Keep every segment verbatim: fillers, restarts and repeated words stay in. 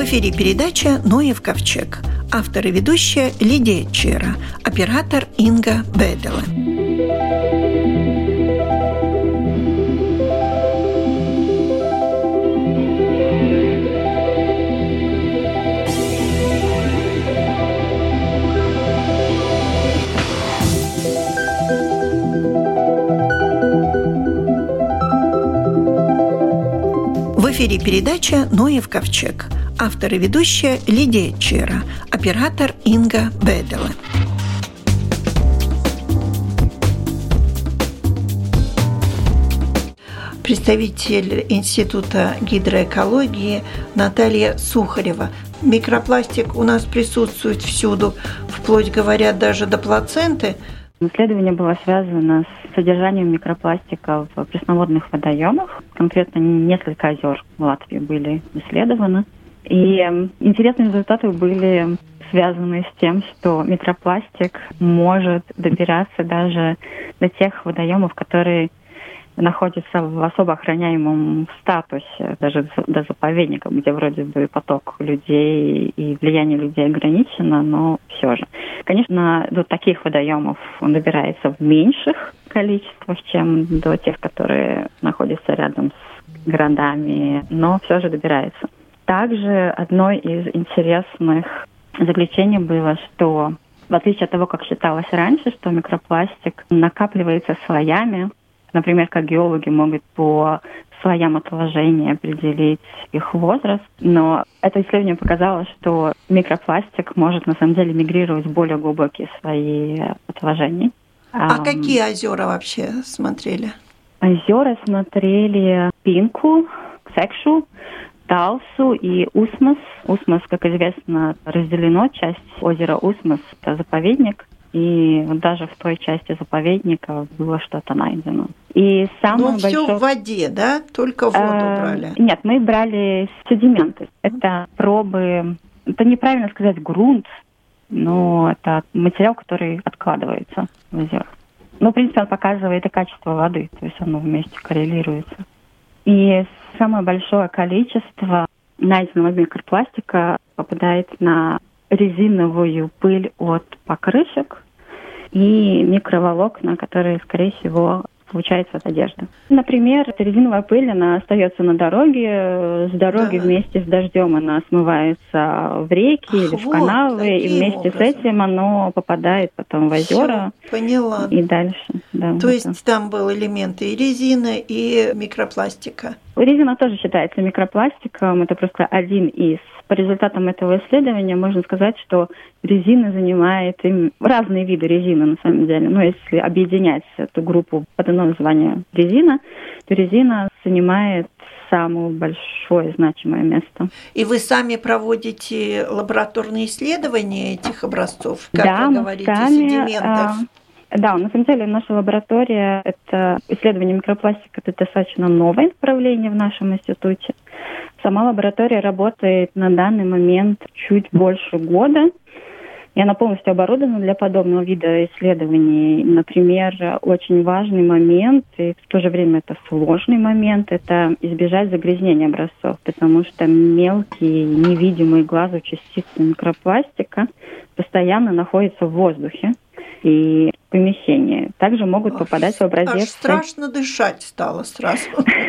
эфире передача «Ноев ковчег». Автор и ведущая Лидия Чера, оператор Инга Бедела. В эфире передача «Ноев ковчег». Автор и ведущая Лидия Чера, оператор Инга Бедела. Представитель Института гидроэкологии Наталья Сухарева. Микропластик у нас присутствует всюду, вплоть, говорят, даже до плаценты. Исследование было связано с содержанием микропластика в пресноводных водоемах. Конкретно несколько озер в Латвии были исследованы. И интересные результаты были связаны с тем, что микропластик может добираться даже до тех водоемов, которые находятся в особо охраняемом статусе, даже до заповедников, где вроде бы поток людей и влияние людей ограничено, но все же. Конечно, до таких водоемов он добирается в меньших количествах, чем до тех, которые находятся рядом с городами, но все же добирается. Также одно из интересных заключений было, что в отличие от того, как считалось раньше, что микропластик накапливается слоями, например, как геологи могут по слоям отложения определить их возраст, но это исследование показало, что микропластик может на самом деле мигрировать в более глубокие слои отложений. А um, какие озера вообще смотрели? Озера смотрели Пинку, Ксекшу, Талсу и Усмас. Усмас, как известно, разделено. Часть озера Усмас – это заповедник. И вот даже в той части заповедника было что-то найдено. И самое Но большое... все в воде, да? Только воду э, брали? Нет, мы брали седименты. Это пробы... Это неправильно сказать грунт, но это материал, который откладывается в озерах. Ну, в принципе, он показывает и качество воды, то есть оно вместе коррелируется. И самое большое количество найденного микропластика попадает на резиновую пыль от покрышек и микроволокна, которые, скорее всего, получаются от одежды. Например, резиновая пыль, она остается на дороге, с дороги да. вместе с дождем она смывается в реки Ах, или в вот, канавы, и вместе образом. с этим оно попадает потом в озера. Всё, поняла. И дальше. Да, То это. есть там был элементы и резины, и микропластика. Резина тоже считается микропластиком, это просто один из. По результатам этого исследования можно сказать, что резина занимает им разные виды резины на самом деле. Но если объединять эту группу под одно название резина, то резина занимает самое большое значимое место. И вы сами проводите лабораторные исследования этих образцов, как да, вы говорите, сами, седиментов? А, да, на самом деле наша лаборатория, это исследование микропластика, это достаточно новое направление в нашем институте. Сама лаборатория работает на данный момент чуть больше года, и она полностью оборудована для подобного вида исследований. Например, очень важный момент, и в то же время это сложный момент, это избежать загрязнения образцов, потому что мелкие, невидимые глазу частицы микропластика постоянно находятся в воздухе и в помещении. Также могут попадать в образец. Аж страшно дышать стало сразу.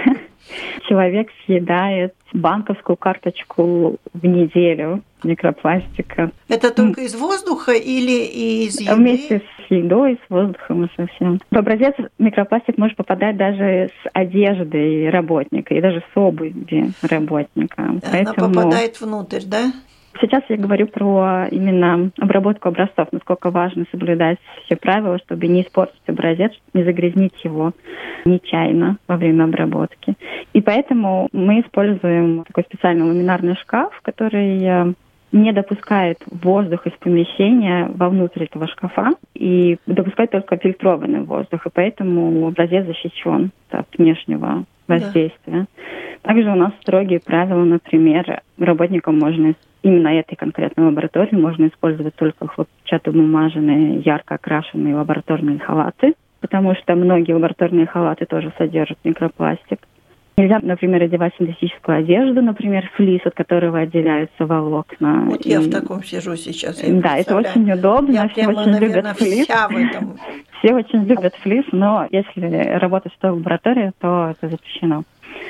Человек съедает банковскую карточку в неделю микропластика. Это только из воздуха или из еды? Вместе с едой, с воздухом и со всем. В образец микропластик может попадать даже с одеждой работника и даже с обувью работника. Она Поэтому... попадает внутрь, да? Сейчас я говорю про именно обработку образцов, насколько важно соблюдать все правила, чтобы не испортить образец, не загрязнить его нечаянно во время обработки. И поэтому мы используем такой специальный ламинарный шкаф, который не допускает воздух из помещения вовнутрь этого шкафа и допускает только фильтрованный воздух, и поэтому образец защищен от внешнего воздействия. Да. Также у нас строгие правила, например, работникам можно именно этой конкретной лаборатории можно использовать только хлопчатобумажные, ярко окрашенные лабораторные халаты, потому что многие лабораторные халаты тоже содержат микропластик. Нельзя, например, одевать синтетическую одежду, например, флис, от которого отделяются волокна. Вот и... я в таком сижу сейчас. Да, это очень удобно. Я все прямо, очень наверное, любят флис. вся в этом. Все очень любят флис, но если работать в той лаборатории, то это запрещено.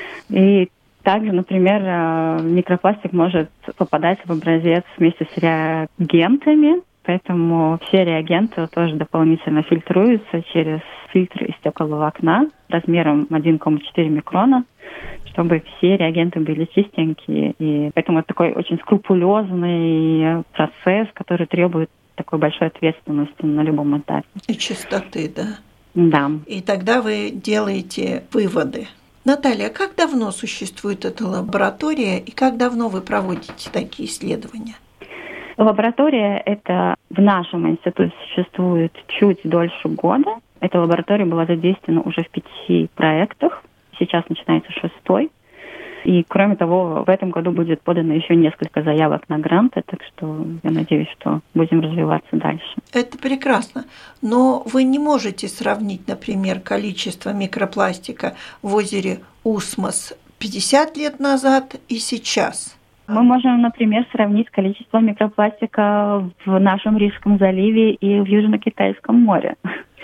И также, например, микропластик может попадать в образец вместе с реагентами, поэтому все реагенты тоже дополнительно фильтруются через фильтр из стекловолокна размером один целых четыре микрона, чтобы все реагенты были чистенькие. И поэтому это такой очень скрупулезный процесс, который требует такой большой ответственности на любом этапе. И чистоты, да? Да. И тогда вы делаете выводы. Наталья, как давно существует эта лаборатория и как давно вы проводите такие исследования? Лаборатория это в нашем институте существует чуть дольше года. Эта лаборатория была задействована уже в пяти проектах. Сейчас начинается шестой. И, кроме того, в этом году будет подано еще несколько заявок на гранты, так что я надеюсь, что будем развиваться дальше. Это прекрасно. Но вы не можете сравнить, например, количество микропластика в озере Усмос пятьдесят лет назад и сейчас. Мы можем, например, сравнить количество микропластика в нашем Рижском заливе и в Южно-Китайском море.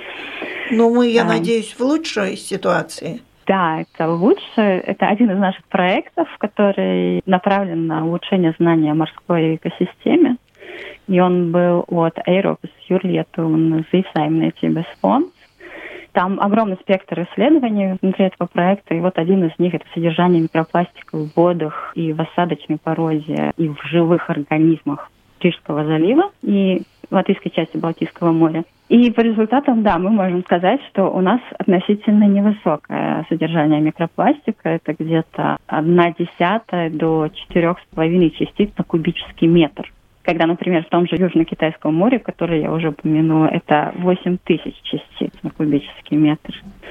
Ну, мы, я а. надеюсь, в лучшей ситуации. Да, это лучше. Это один из наших проектов, который направлен на улучшение знания о морской экосистеме. И он был от Eiropas jūrlietu un zivsaimniecības fonds. Там огромный спектр исследований внутри этого проекта. И вот один из них – это содержание микропластика в водах и в осадочной породе, и в живых организмах Рижского залива и латвийской части Балтийского моря. И по результатам, да, мы можем сказать, что у нас относительно невысокое содержание микропластика. Это где-то одна десятая до четырех с половиной частиц на кубический метр. Когда, например, в том же Южно-Китайском море, которое я уже упомянула, это восемь тысяч частиц на кубический метр.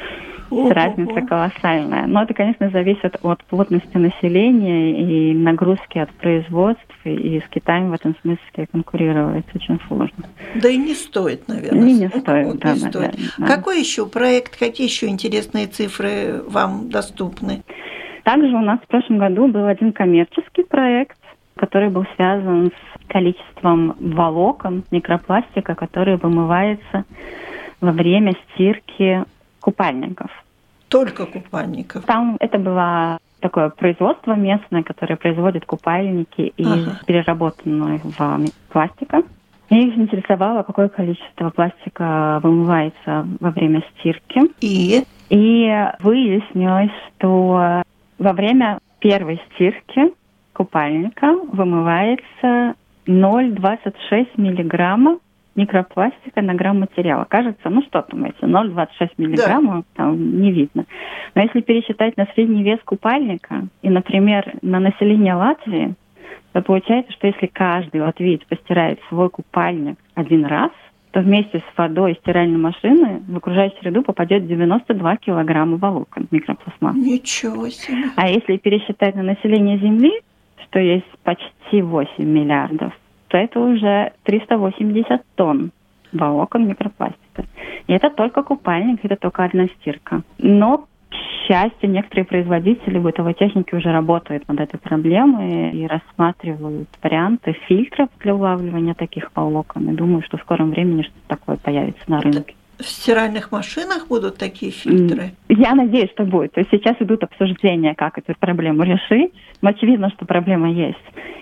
Разница колоссальная. Но это, конечно, зависит от плотности населения и нагрузки от производств. И с Китаем в этом смысле конкурировать очень сложно. Да и не стоит, наверное. И не стоит, вот, да, не стоит. Да. Какой еще проект, какие еще интересные цифры вам доступны? Также у нас в прошлом году был один коммерческий проект, который был связан с количеством волокон микропластика, который вымывается во время стирки купальников. Только купальников? Там это было такое производство местное, которое производит купальники из ага. переработанного пластика. И их интересовало, какое количество пластика вымывается во время стирки. И? И выяснилось, что во время первой стирки купальника вымывается ноль целых двадцать шесть миллиграмма микропластика на грамм материала. Кажется, ну что там эти, ноль целых двадцать шесть миллиграммов, да. Там не видно. Но если пересчитать на средний вес купальника и, например, на население Латвии, то получается, что если каждый латвиец постирает свой купальник один раз, то вместе с водой и стиральной машины в окружающую среду попадет девяносто два килограмма волокон микропластмассы. Ничего себе! А если пересчитать на население Земли, что есть почти восемь миллиардов, то это уже триста восемьдесят тонн волокон микропластика. И это только купальник, это только одна стирка. Но, к счастью, некоторые производители бытовой техники уже работают над этой проблемой и рассматривают варианты фильтров для улавливания таких волокон. И думаю, что в скором времени что-то такое появится на рынке. В стиральных машинах будут такие фильтры? Я надеюсь, что будет. То есть сейчас идут обсуждения, как эту проблему решить. Но очевидно, что проблема есть.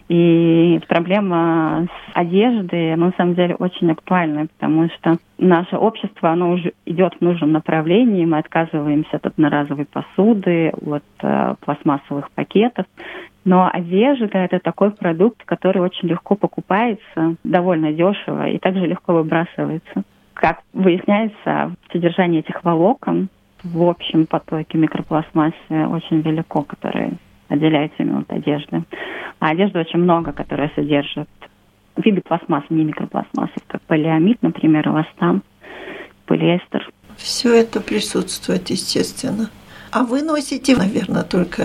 И проблема с одеждой, она на самом деле очень актуальна, потому что наше общество, оно уже идет в нужном направлении. Мы отказываемся от одноразовой посуды, от э, пластмассовых пакетов. Но одежда – это такой продукт, который очень легко покупается, довольно дешево и также легко выбрасывается. Как выясняется, содержание этих волокон в общем потоке микропластмассы очень велико, которое отделяется именно от одежды. А одежды очень много, которые содержат виды пластмассы, не микропластмассы, как полиамид, например, эластан, полиэстер. Все это присутствует, естественно. А вы носите, наверное, только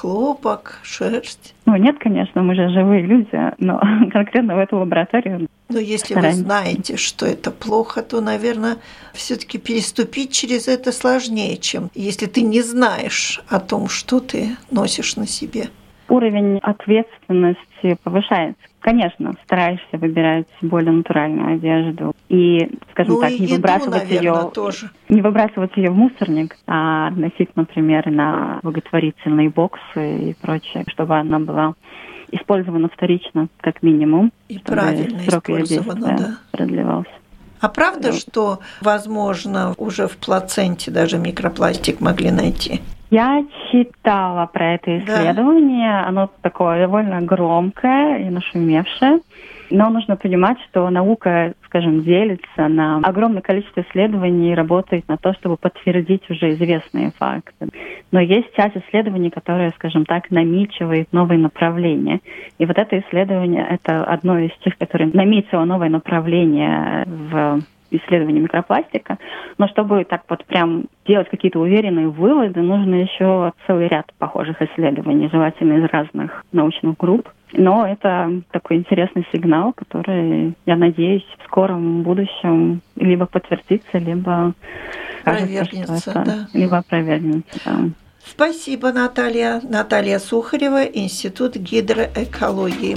хлопок, шерсть? Ну, нет, конечно, мы же живые люди, но конкретно в эту лабораторию. Но если вы знаете, что это плохо, то, наверное, все-таки переступить через это сложнее, чем если ты не знаешь о том, что ты носишь на себе. Уровень ответственности повышается. Конечно, стараешься выбирать более натуральную одежду и, скажем ну, так, и не еду, выбрасывать наверное, ее, тоже. не выбрасывать ее в мусорник, а носить, например, на благотворительные боксы и прочее, чтобы она была использована вторично, как минимум, и чтобы правильно срок ее использована, действия да. продлевался. А правда, что, возможно, уже в плаценте даже микропластик могли найти? Я читала про это исследование. Да. Оно такое довольно громкое и нашумевшее. Но нужно понимать, что наука, скажем, делится на огромное количество исследований и работает на то, чтобы подтвердить уже известные факты. Но есть часть исследований, которые, скажем так, намечивают новые направления. И вот это исследование – это одно из тех, которое наметило новое направление в исследовании микропластика. Но чтобы так вот прям делать какие-то уверенные выводы, нужно еще целый ряд похожих исследований, желательно из разных научных групп. Но это такой интересный сигнал, который, я надеюсь, в скором будущем либо подтвердится, либо опровергнется, это, да. либо опровергнется, да. Спасибо, Наталья. Наталья Сухарева, Институт гидроэкологии.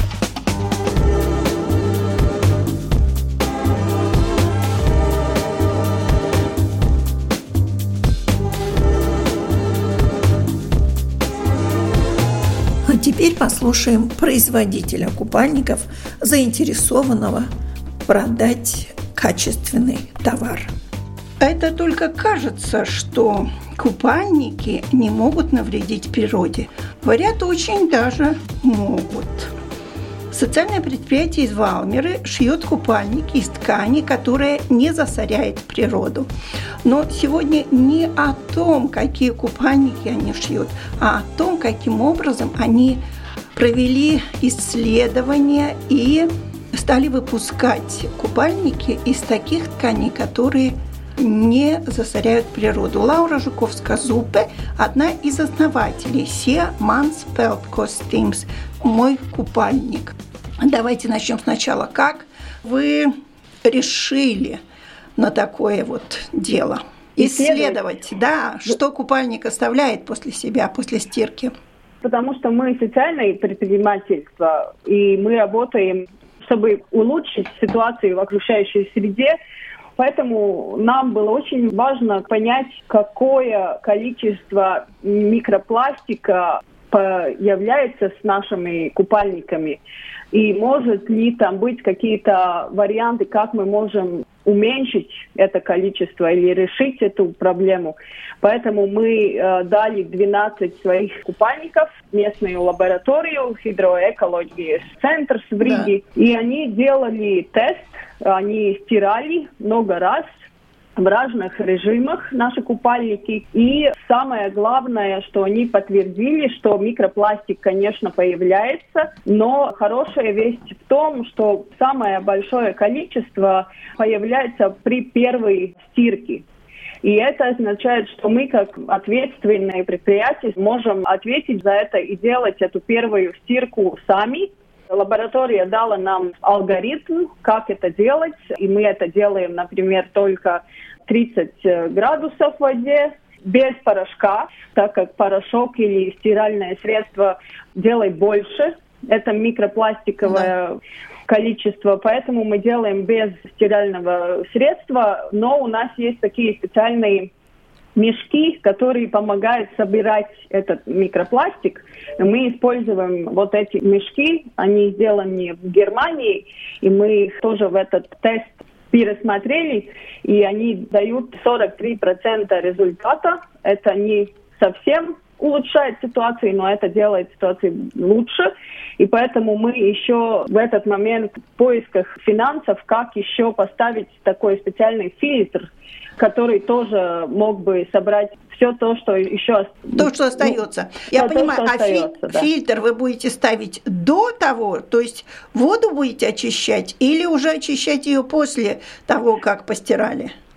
Теперь послушаем производителя купальников, заинтересованного продать качественный товар. Это только кажется, что купальники не могут навредить природе. Говорят, очень даже могут. Социальное предприятие из Валмеры шьет купальники из ткани, которая не засоряет природу. Но сегодня не о том, какие купальники они шьют, а о том, каким образом они провели исследования и стали выпускать купальники из таких тканей, которые не засоряют природу. Лаура Жуковская-Зупе – одна из основателей Sea Mansfeld Costumes «Мой купальник». Давайте начнем сначала. Как вы решили на такое вот дело? Исследовать, да, что купальник оставляет после себя, после стирки? Потому что мы социальное предпринимательство, и мы работаем, чтобы улучшить ситуацию в окружающей среде. Поэтому нам было очень важно понять, какое количество микропластика появляется с нашими купальниками. И может ли там быть какие-то варианты, как мы можем уменьшить это количество или решить эту проблему. Поэтому мы э, дали двенадцать своих купальников в местную лабораторию гидроэкологии центр в Риге. Да. И они делали тест, они стирали много раз в разных режимах наши купальники. И самое главное, что они подтвердили, что микропластик, конечно, появляется, но хорошая весть в том, что самое большое количество появляется при первой стирке. И это означает, что мы, как ответственные предприятия, можем ответить за это и делать эту первую стирку сами. Лаборатория дала нам алгоритм, как это делать, и мы это делаем, например, только тридцать градусов в воде, без порошка, так как порошок или стиральное средство делает больше. Это микропластиковое да. количество, поэтому мы делаем без стирального средства, но у нас есть такие специальные мешки, которые помогают собирать этот микропластик. Мы используем вот эти мешки, они сделаны в Германии, и мы их тоже в этот тест пересмотрели, и они дают сорок три процента результата. Это не совсем улучшает ситуацию, но это делает ситуацию лучше. И поэтому мы еще в этот момент в поисках финансов, как еще поставить такой специальный фильтр, который тоже мог бы собрать все то, что еще... То, что остается. Ну, Я да, понимаю, то, а остается, фи- да. фильтр вы будете ставить до того, то есть воду будете очищать или уже очищать ее после того, как постирали?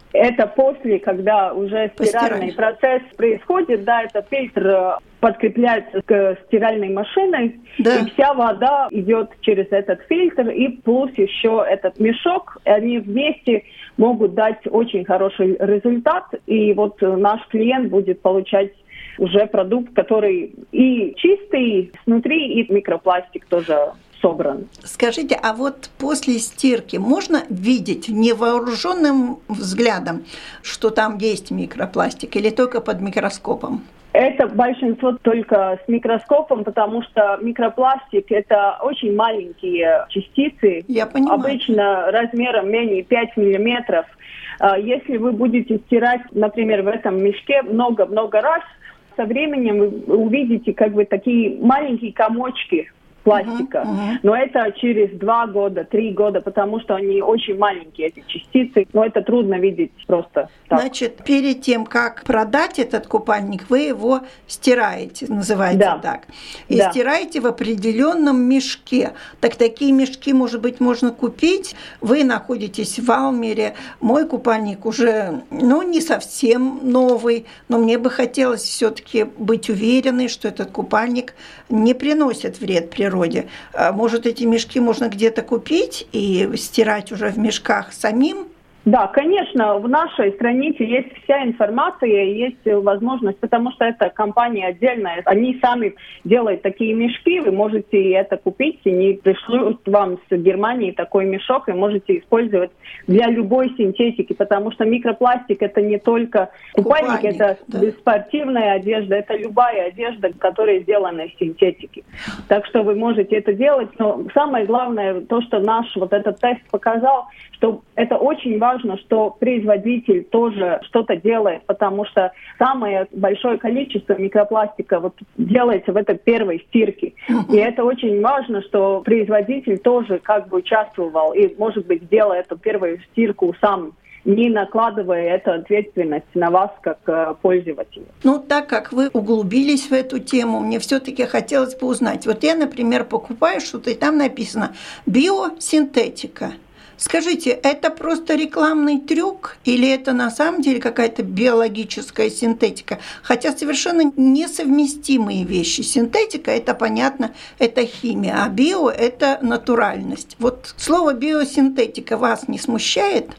Это после, когда уже стиральный процесс происходит, да, этот фильтр подкрепляется к стиральной машине, да. И вся вода идет через этот фильтр, и плюс еще этот мешок, они вместе могут дать очень хороший результат, и вот наш клиент будет получать уже продукт, который и чистый снутри, и микропластик тоже собран. Скажите, а вот после стирки можно видеть невооруженным взглядом, что там есть микропластик, или только под микроскопом? Это большинство только с микроскопом, потому что микропластик – это очень маленькие частицы. Я понимаю. Обычно размером менее пяти миллиметров. Если вы будете стирать, например, в этом мешке много-много раз, со временем вы увидите как бы такие маленькие комочки пластика. Uh-huh, uh-huh. Но это через два года, три года, потому что они очень маленькие, эти частицы. Но это трудно видеть просто так. Значит, перед тем, как продать этот купальник, вы его стираете, называется да. так. И да. стираете в определенном мешке. Так такие мешки, может быть, можно купить. Вы находитесь в Валмере. Мой купальник уже, ну, не совсем новый, но мне бы хотелось все-таки быть уверенной, что этот купальник не приносит вред природе. Может, эти мешки можно где-то купить и стирать уже в мешках самим? Да, конечно, в нашей странице есть вся информация, есть возможность, потому что это компания отдельная. Они сами делают такие мешки, вы можете это купить, они пришлют вам с Германии такой мешок, и можете использовать для любой синтетики, потому что микропластик – это не только купальник, купальник это да. спортивная одежда, это любая одежда, которая сделана из синтетики. Так что вы можете это делать, но самое главное, то, что наш вот этот тест показал, что это очень важно, что производитель тоже что-то делает, потому что самое большое количество микропластика вот делается в этой первой стирке. И это очень важно, что производитель тоже как бы участвовал и, может быть, сделал эту первую стирку сам, не накладывая эту ответственность на вас как э, пользователя. Ну, так как вы углубились в эту тему, мне все-таки хотелось бы узнать. Вот я, например, покупаю что-то, и там написано «биосинтетика». Скажите, это просто рекламный трюк или это на самом деле какая-то биологическая синтетика? Хотя совершенно несовместимые вещи. Синтетика – это понятно, это химия, а био – это натуральность. Вот слово биосинтетика вас не смущает?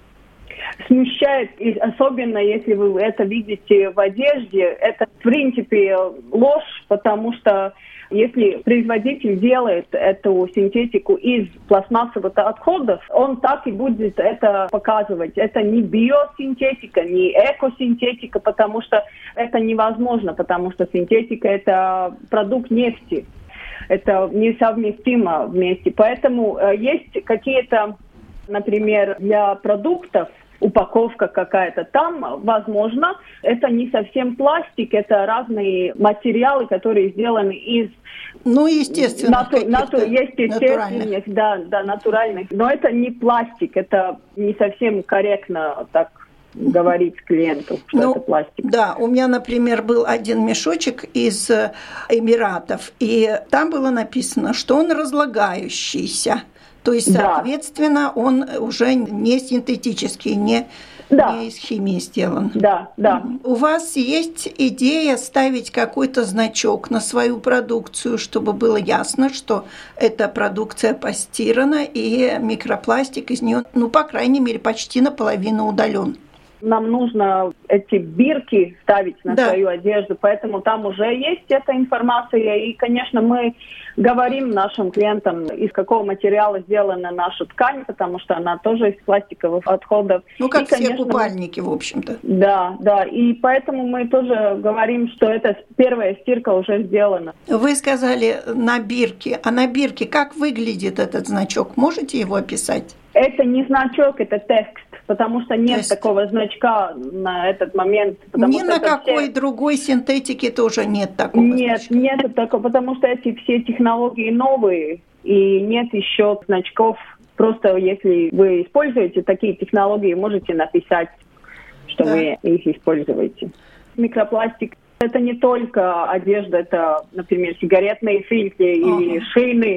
Смущает, и особенно если вы это видите в одежде, это в принципе ложь, потому что если производитель делает эту синтетику из пластмассовых отходов, он так и будет это показывать. Это не биосинтетика, не экосинтетика, потому что это невозможно, потому что синтетика – это продукт нефти. Это несовместимо вместе. Поэтому э, есть какие-то, например, для продуктов, упаковка какая-то. Там, возможно, это не совсем пластик, это разные материалы, которые сделаны из... Ну, естественно, нату, нату, естественных, да, да, натуральных. Но это не пластик, это не совсем корректно так говорить клиенту, что ну, это пластик. Да, у меня, например, был один мешочек из Эмиратов, и там было написано, что он разлагающийся. То есть, соответственно, да. он уже не синтетический, не, да. не из химии сделан. Да, да. У вас есть идея ставить какой-то значок на свою продукцию, чтобы было ясно, что эта продукция постирана и микропластик из нее, ну, по крайней мере, почти наполовину удален? Нам нужно эти бирки ставить на да. свою одежду, поэтому там уже есть эта информация. И, конечно, мы говорим нашим клиентам, из какого материала сделана наша ткань, потому что она тоже из пластиковых отходов. Ну, как и, все конечно, купальники, в общем-то. Да, да. И поэтому мы тоже говорим, что эта первая стирка уже сделана. Вы сказали на бирке. А на бирке как выглядит этот значок? Можете его описать? Это не значок, это текст, потому что нет есть... такого значка на этот момент. Ни на какой все... другой синтетике тоже нет такого нет, значка? Нет, нет такого, потому что эти все технологии новые, и нет еще значков. Просто если вы используете такие технологии, можете написать, что да. вы их используете. Микропластик – это не только одежда, это, например, сигаретные фильтры или шины.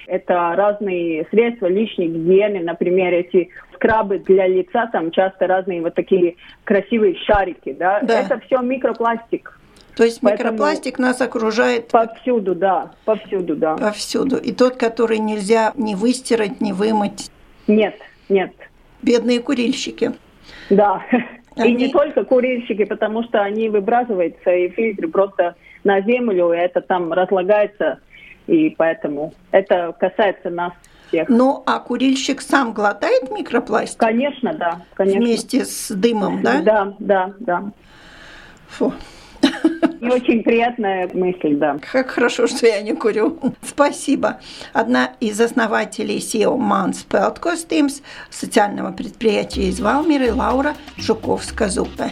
Это разные средства личной гигиены, например, эти скрабы для лица, там часто разные вот такие красивые шарики, да. Да. Это все микропластик. То есть Поэтому микропластик нас окружает повсюду, да, повсюду, да. Повсюду. И тот, который нельзя ни выстирать, ни вымыть. Нет, нет. Бедные курильщики. Да. Они... И не только курильщики, потому что они выбрасываются, и фильтры просто на землю, и это там разлагается, и поэтому это касается нас всех. Ну, а курильщик сам глотает микропластик? Конечно, да. Конечно. Вместе с дымом, да? Да, да, да. Фу. Не очень приятная мысль, да. Как хорошо, что я не курю. Спасибо. Одна из основателей си и о Mans Pelt Costumes, социального предприятия из Валмиры, Лаура Жуковска-Зуппе.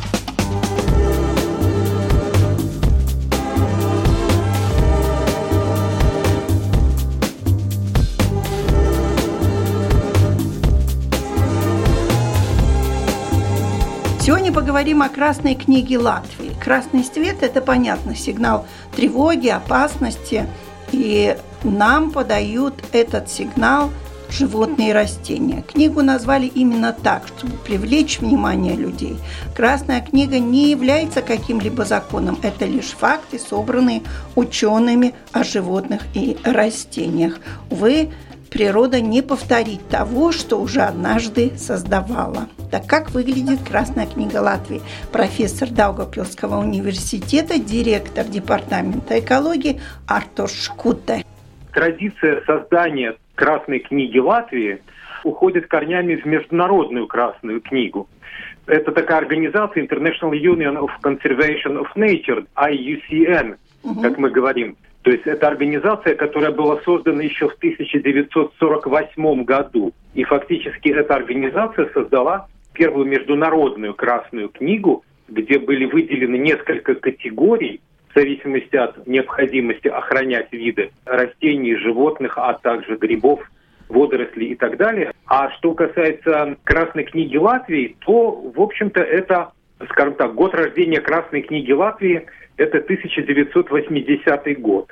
Сегодня поговорим о Красной книге Латвии. Красный свет – это, понятно, сигнал тревоги, опасности. И нам подают этот сигнал животные и растения. Книгу назвали именно так, чтобы привлечь внимание людей. Красная книга не является каким-либо законом. Это лишь факты, собранные учеными о животных и растениях. Увы, природа не повторит того, что уже однажды создавала. Так как выглядит Красная книга Латвии? Профессор Даугавпилского университета, директор департамента экологии Артуш Шкуте. Традиция создания Красной книги Латвии уходит корнями в международную Красную книгу. Это такая организация International Union of Conservation of Nature, ай ю си эн, угу. как мы говорим. То есть это организация, которая была создана еще в тысяча девятьсот сорок восьмом году. И фактически эта организация создала первую международную Красную книгу, где были выделены несколько категорий в зависимости от необходимости охранять виды растений, животных, а также грибов, водорослей и так далее. А что касается Красной книги Латвии, то, в общем-то, это, скажем так, год рождения Красной книги Латвии – это тысяча девятьсот восьмидесятый год.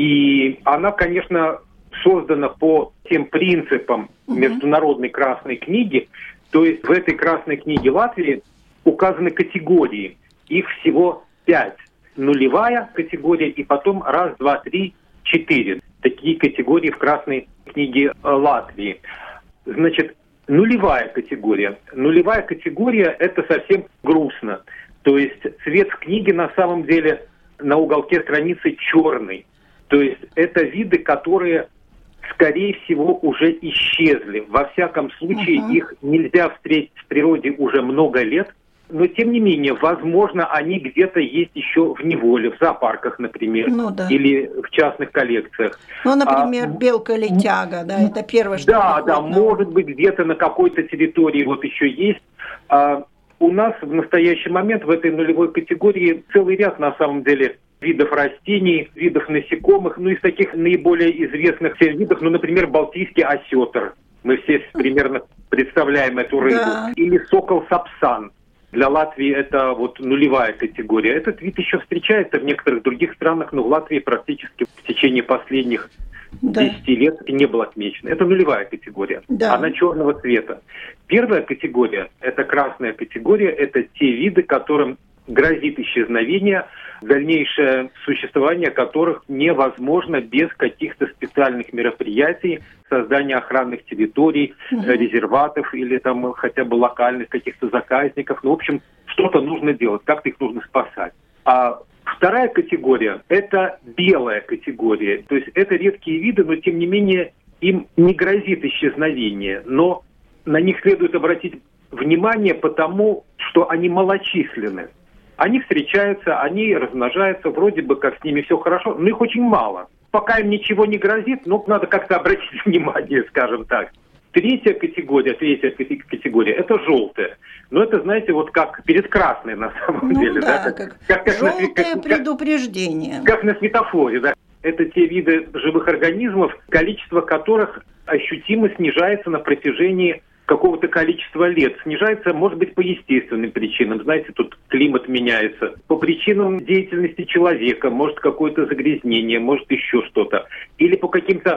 И она, конечно, создана по тем принципам международной Красной книги. То есть в этой Красной книге Латвии указаны категории. Их всего пять. Нулевая категория и потом раз, два, три, четыре. Такие категории в Красной книге Латвии. Значит, нулевая категория. Нулевая категория – это совсем грустно. То есть цвет в книге на самом деле на уголке страницы черный. То есть это виды, которые, скорее всего, уже исчезли. Во всяком случае, uh-huh. их нельзя встретить в природе уже много лет. Но, тем не менее, возможно, они где-то есть еще в неволе, в зоопарках, например, ну, да. или в частных коллекциях. Ну, например, а, белка-летяга, да, это первое, что Да, да, на... может быть, где-то на какой-то территории вот еще есть. А, у нас в настоящий момент в этой нулевой категории целый ряд, на самом деле, видов растений, видов насекомых. Ну, из таких наиболее известных видов, ну, например, балтийский осетр. Мы все примерно представляем эту рыбу. Да. Или сокол-сапсан. Для Латвии это вот нулевая категория. Этот вид еще встречается в некоторых других странах, но в Латвии практически в течение последних да. десяти лет не был отмечен. Это нулевая категория. Да. Она черного цвета. Первая категория, это красная категория, это те виды, которым грозит исчезновение, дальнейшее существование которых невозможно без каких-то специальных мероприятий, создания охранных территорий, угу. резерватов или там хотя бы локальных каких-то заказников. Ну, в общем, что-то нужно делать, как-то их нужно спасать. А вторая категория – это белая категория. То есть это редкие виды, но тем не менее им не грозит исчезновение. Но на них следует обратить внимание потому, что они малочисленны. Они встречаются, они размножаются, вроде бы как с ними все хорошо, но их очень мало. Пока им ничего не грозит, но надо как-то обратить внимание, скажем так. Третья категория, третья категория – это желтая. Но это, знаете, вот как перед красной на самом ну, деле. Да, да? как, как, как желтое на, как, предупреждение. Как, как на светофоре, да. Это те виды живых организмов, количество которых ощутимо снижается на протяжении какого-то количества лет. Снижается, может быть, по естественным причинам. Знаете, тут климат меняется. По причинам деятельности человека, может, какое-то загрязнение, может, еще что-то. Или по каким-то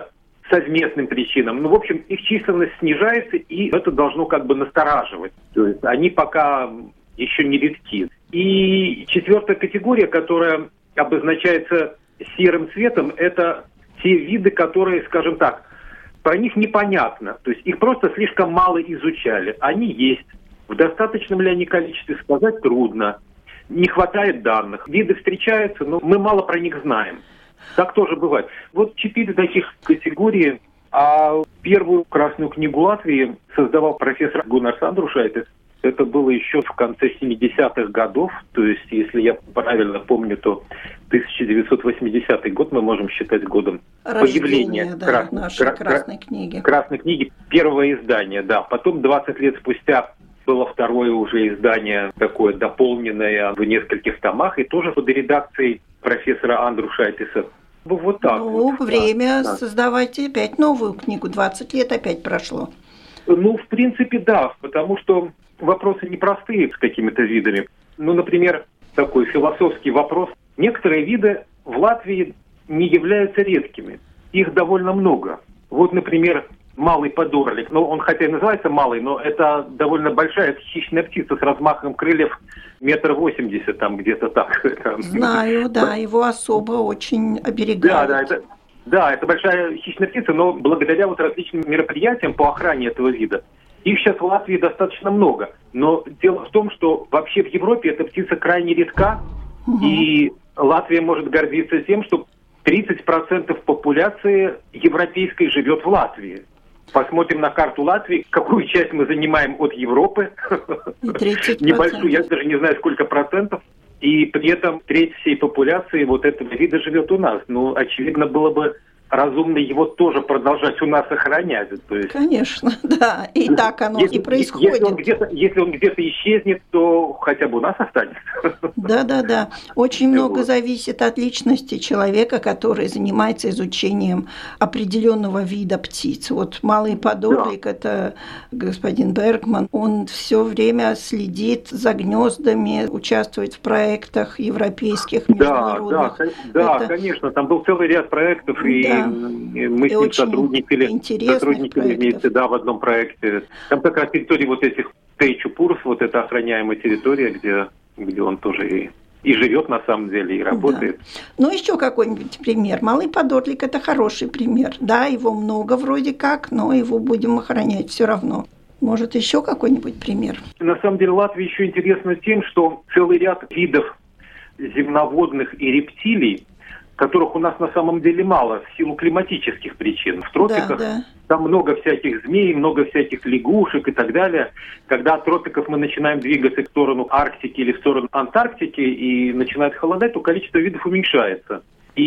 совместным причинам. Ну, в общем, их численность снижается, и это должно как бы настораживать. То есть они пока еще не редки. И четвертая категория, которая обозначается серым цветом, это те виды, которые, скажем так, про них непонятно. То есть их просто слишком мало изучали. Они есть. В достаточном ли они количестве сказать трудно. Не хватает данных. Виды встречаются, но мы мало про них знаем. Так тоже бывает. Вот четыре таких категории. А первую Красную книгу Латвии создавал профессор Гуннарс Андрушайтис. Это было еще в конце семидесятых годов. То есть, если я правильно помню, то тысяча девятьсот восьмидесятый год мы можем считать годом рождения, появления да, крас... нашей кра... Красной книги. Красной книги, первое издание, да. Потом двадцать лет спустя было второе уже издание, такое дополненное в нескольких томах, и тоже под редакцией профессора Андрушайтиса. Ну, вот так ну вот. время да, создавать опять новую книгу. двадцать лет опять прошло. Ну, в принципе, да, потому что вопросы непростые с какими-то видами. Ну, например, такой философский вопрос. Некоторые виды в Латвии не являются редкими. Их довольно много. Вот, например, малый подорлик. Ну, он хотя и называется малый, но это довольно большая хищная птица с размахом крыльев метр восемьдесят, там где-то так. Знаю, да, его особо очень оберегают. Да, да, это, да, это большая хищная птица, но благодаря вот различным мероприятиям по охране этого вида, их сейчас в Латвии достаточно много. Но дело в том, что вообще в Европе эта птица крайне редка, угу. И Латвия может гордиться тем, что тридцать процентов популяции европейской живет в Латвии. Посмотрим на карту Латвии, какую часть мы занимаем от Европы. Небольшую, я даже не знаю, сколько процентов. И при этом треть всей популяции вот этого вида живет у нас. Ну, очевидно, было бы разумно его тоже продолжать у нас охранять. То есть, конечно, да. И так оно если, и происходит. Если он, где-то, если он где-то исчезнет, то хотя бы у нас останется. Да, да, да. Очень много зависит от личности человека, который занимается изучением определенного вида птиц. Вот малый подорлик, да. Это господин Бергман, он все время следит за гнездами, участвует в проектах европейских, международных. Да, да, Это... да, конечно, там был целый ряд проектов, и да. мы с ним сотрудничали, сотрудничали вместе, да, в одном проекте. Там как раз территория вот этих Тейчупурс, вот эта охраняемая территория, где, где он тоже и, и живет на самом деле, и работает. Да. Ну, еще какой-нибудь пример. Малый подорлик – это хороший пример. Да, его много вроде как, но его будем охранять все равно. Может, еще какой-нибудь пример? На самом деле Латвия еще интересна тем, что целый ряд видов земноводных и рептилий, которых у нас на самом деле мало в силу климатических причин. В тропиках да, да. Там много всяких змей, много всяких лягушек и так далее. Когда от тропиков мы начинаем двигаться в сторону Арктики или в сторону Антарктики и начинает холодать, то количество видов уменьшается.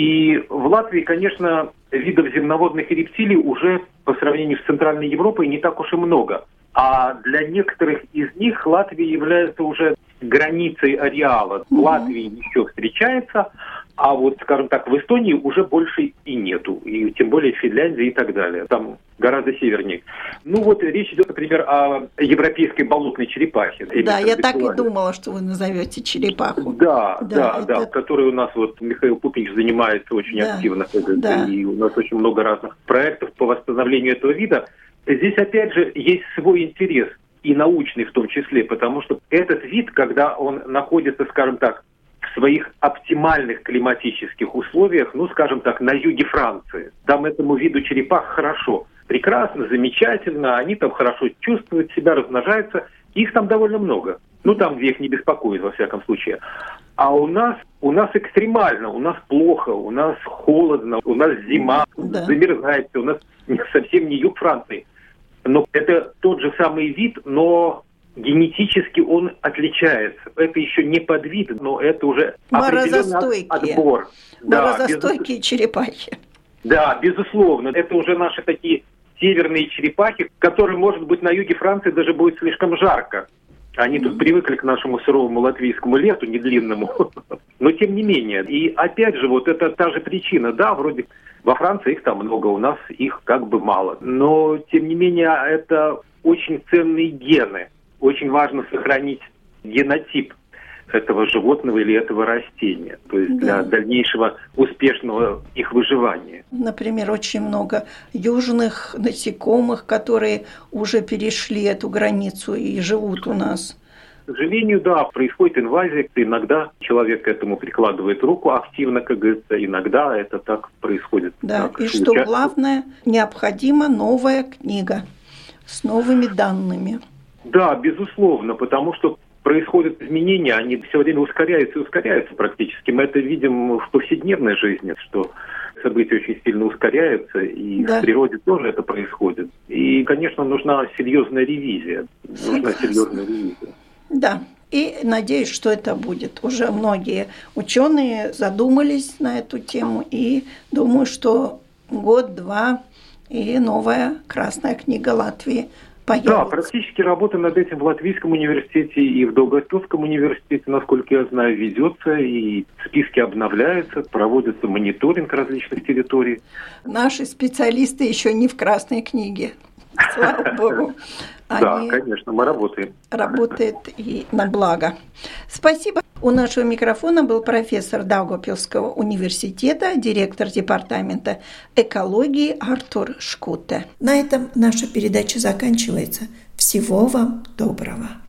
И в Латвии, конечно, видов земноводных и рептилий уже по сравнению с Центральной Европой не так уж и много. А для некоторых из них Латвия является уже границей ареала. В Латвии еще встречается, а вот, скажем так, в Эстонии уже больше и нету. И тем более в Финляндии и так далее. Там гораздо севернее. Ну вот речь идет, например, о европейской болотной черепахе. Да, я так и думала, что вы назовете черепаху. Да, да, да, это... да, в которой у нас вот Михаил Пупинч занимается очень да, активно. Да. И у нас очень много разных проектов по восстановлению этого вида. Здесь, опять же, есть свой интерес, и научный в том числе, потому что этот вид, когда он находится, скажем так, в своих оптимальных климатических условиях, ну, скажем так, на юге Франции, там этому виду черепах хорошо, прекрасно, замечательно, они там хорошо чувствуют себя, размножаются, их там довольно много. Ну, там, где их не беспокоит, во всяком случае. А у нас, у нас экстремально, у нас плохо, у нас холодно, у нас зима, да. замерзает, у нас совсем не юг Франции. Но это тот же самый вид, но генетически он отличается. Это еще не подвид, но это уже определенный отбор. Морозостойкие да, черепахи. Да, безусловно. Это уже наши такие северные черепахи, которым, может быть, на юге Франции даже будет слишком жарко. Они mm-hmm. тут привыкли к нашему суровому латвийскому лету, не длинному. Но тем не менее. И опять же, вот это та же причина. Да, вроде во Франции их там много, у нас их как бы мало. Но, тем не менее, это очень ценные гены. Очень важно сохранить генотип этого животного или этого растения, то есть Да. для дальнейшего успешного их выживания. Например, очень много южных насекомых, которые уже перешли эту границу и живут у нас. К сожалению, да, происходит инвазия. Иногда человек к этому прикладывает руку активно, как говорится, иногда это так происходит. Да, Так, и что случайно. главное, необходима новая книга с новыми данными. Да, безусловно, потому что происходят изменения, они все время ускоряются и ускоряются практически. Мы это видим в повседневной жизни, что события очень сильно ускоряются, и Да. в природе тоже это происходит. И, конечно, нужна серьезная ревизия. Нужна Согласна. серьезная ревизия. Да, и надеюсь, что это будет. Уже многие ученые задумались на эту тему, и думаю, что год-два и новая Красная книга Латвии появится. Да, практически работа над этим в Латвийском университете и в Даугавпилском университете, насколько я знаю, ведется, и списки обновляются, проводится мониторинг различных территорий. Наши специалисты еще не в Красной книге, слава богу. Да, Они конечно, мы работаем. работают и на благо. Спасибо. У нашего микрофона был профессор Даугавпилского университета, директор департамента экологии Артур Шкуте. На этом наша передача заканчивается. Всего вам доброго.